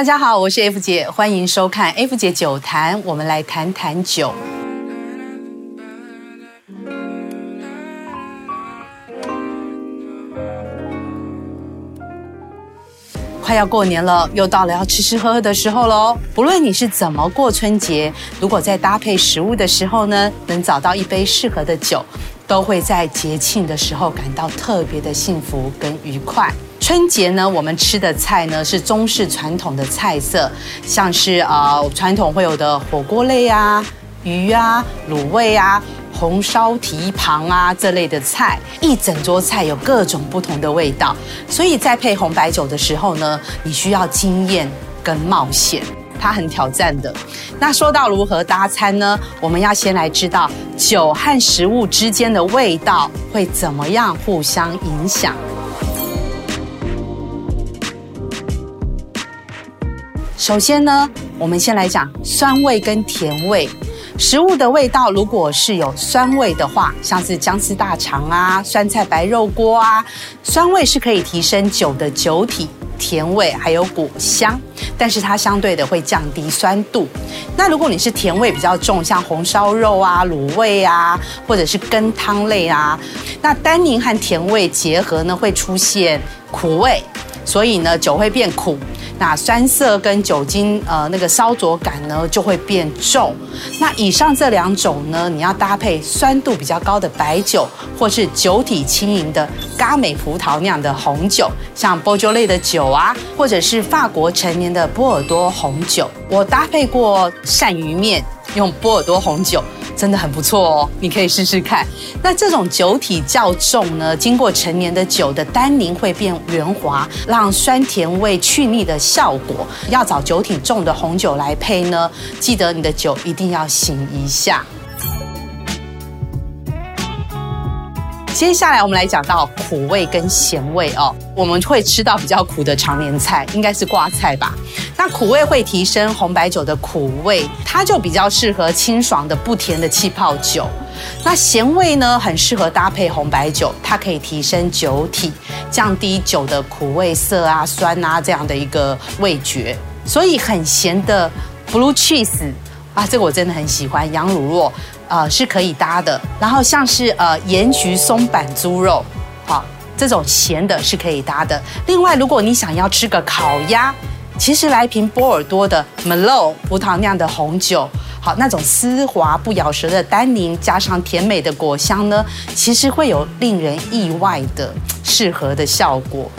大家好，我是 F 姐，欢迎收看 F 姐酒谈，我们来谈谈酒。快要过年了，又到了要吃吃喝喝的时候咯。不论你是怎么过春节，如果在搭配食物的时候呢，能找到一杯适合的酒，都会在节庆的时候感到特别的幸福跟愉快。春节呢，我们吃的菜呢是中式传统的菜色，像是传统会有的火锅类啊、鱼啊、卤味啊、红烧蹄膀啊这类的菜，一整桌菜有各种不同的味道，所以在配红白酒的时候呢，你需要经验跟冒险，它很挑战的。那说到如何搭餐呢，我们要先来知道酒和食物之间的味道会怎么样互相影响。首先呢，我们先来讲酸味跟甜味。食物的味道如果是有酸味的话，像是姜丝大肠啊、酸菜白肉锅啊，酸味是可以提升酒的酒体、甜味还有果香，但是它相对的会降低酸度。那如果你是甜味比较重，像红烧肉啊、卤味啊，或者是羹汤类啊，那单宁和甜味结合呢，会出现苦味，所以呢酒会变苦。那酸涩跟酒精那个烧灼感呢就会变重。那以上这两种呢，你要搭配酸度比较高的白酒，或是酒体轻盈的嘎美葡萄酿的红酒，像波酒类的酒啊，或者是法国陈年的波尔多红酒。我搭配过鳝鱼面，用波尔多红酒。真的很不错哦，你可以试试看。那这种酒体较重呢，经过陈年的酒的单宁会变圆滑，让酸甜味去腻的效果。要找酒体重的红酒来配呢，记得你的酒一定要醒一下。接下来我们来讲到苦味跟咸味哦，我们会吃到比较苦的常年菜，应该是挂菜吧。那苦味会提升红白酒的苦味，它就比较适合清爽的不甜的气泡酒。那咸味呢，很适合搭配红白酒，它可以提升酒体，降低酒的苦味、涩啊、酸啊这样的一个味觉。所以很咸的 blue cheese 啊，这个我真的很喜欢，羊乳酪。是可以搭的，然后像是盐焗松板猪肉，好，这种咸的是可以搭的。另外，如果你想要吃个烤鸭，其实来瓶波尔多的 Merlot 葡萄酿的红酒，好，那种丝滑不咬舌的单宁加上甜美的果香呢，其实会有令人意外的适合的效果。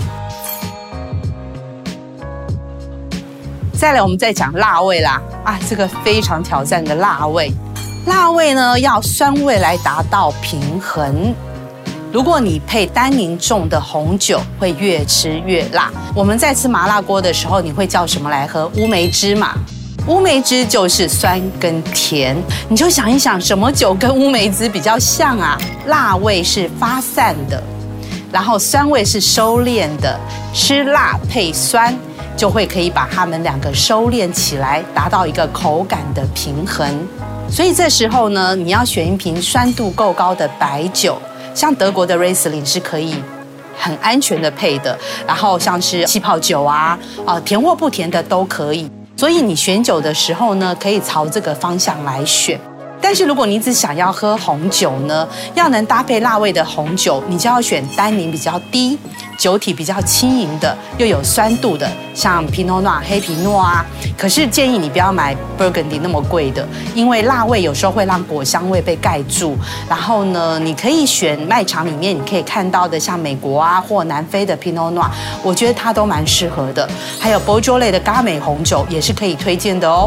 再来，我们再讲辣味啦，这个非常挑战的辣味。辣味呢，要酸味来达到平衡。如果你配单宁重的红酒，会越吃越辣。我们在吃麻辣锅的时候，你会叫什么来喝？乌梅汁嘛。乌梅汁就是酸跟甜，你就想一想，什么酒跟乌梅汁比较像啊？辣味是发散的，然后酸味是收敛的。吃辣配酸，就会可以把它们两个收敛起来，达到一个口感的平衡。所以这时候呢，你要选一瓶酸度够高的白酒，像德国的 Riesling 是可以很安全的配的，然后像是气泡酒啊，甜或不甜的都可以。所以你选酒的时候呢，可以朝这个方向来选。但是如果你只想要喝红酒呢，要能搭配辣味的红酒，你就要选单宁比较低、酒体比较轻盈的，又有酸度的，像皮诺诺、黑皮诺啊。可是建议你不要买 Burgundy 那么贵的，因为辣味有时候会让果香味被盖住。然后呢，你可以选卖场里面你可以看到的，像美国啊或南非的皮诺诺，我觉得它都蛮适合的。还有 Bordeaux 类的嘎美红酒也是可以推荐的哦。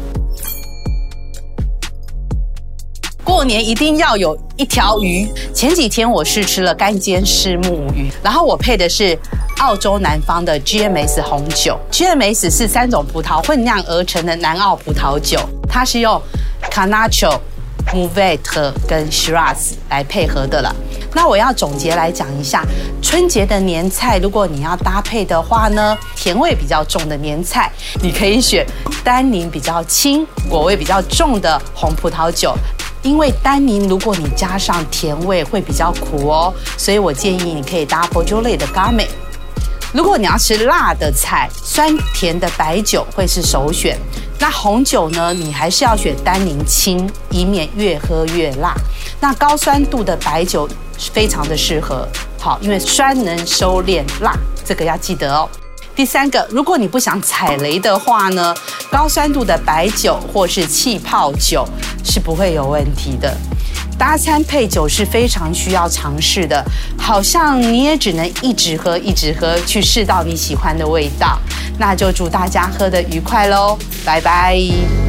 过年一定要有一条鱼。前几天我试吃了干煎虱目鱼，然后我配的是澳洲南方的 GMS 红酒。GMS 是3种葡萄混酿而成的南澳葡萄酒，它是用 Canacho、Mourvèdre 跟 Shiraz 来配合的了。那我要总结来讲一下，春节的年菜，如果你要搭配的话呢，甜味比较重的年菜，你可以选单宁比较轻、果味比较重的红葡萄酒。因为单宁如果你加上甜味会比较苦哦，所以我建议你可以搭 Bordeaux 类的 Gamay。 如果你要吃辣的菜，酸甜的白酒会是首选。那红酒呢，你还是要选单宁清，以免越喝越辣。那高酸度的白酒非常的适合，好，因为酸能收敛辣，这个要记得哦。第三个，如果你不想踩雷的话呢，高酸度的白酒或是气泡酒是不会有问题的。搭餐配酒是非常需要尝试的，好像你也只能一直喝，去试到你喜欢的味道。那就祝大家喝得愉快喽，拜拜。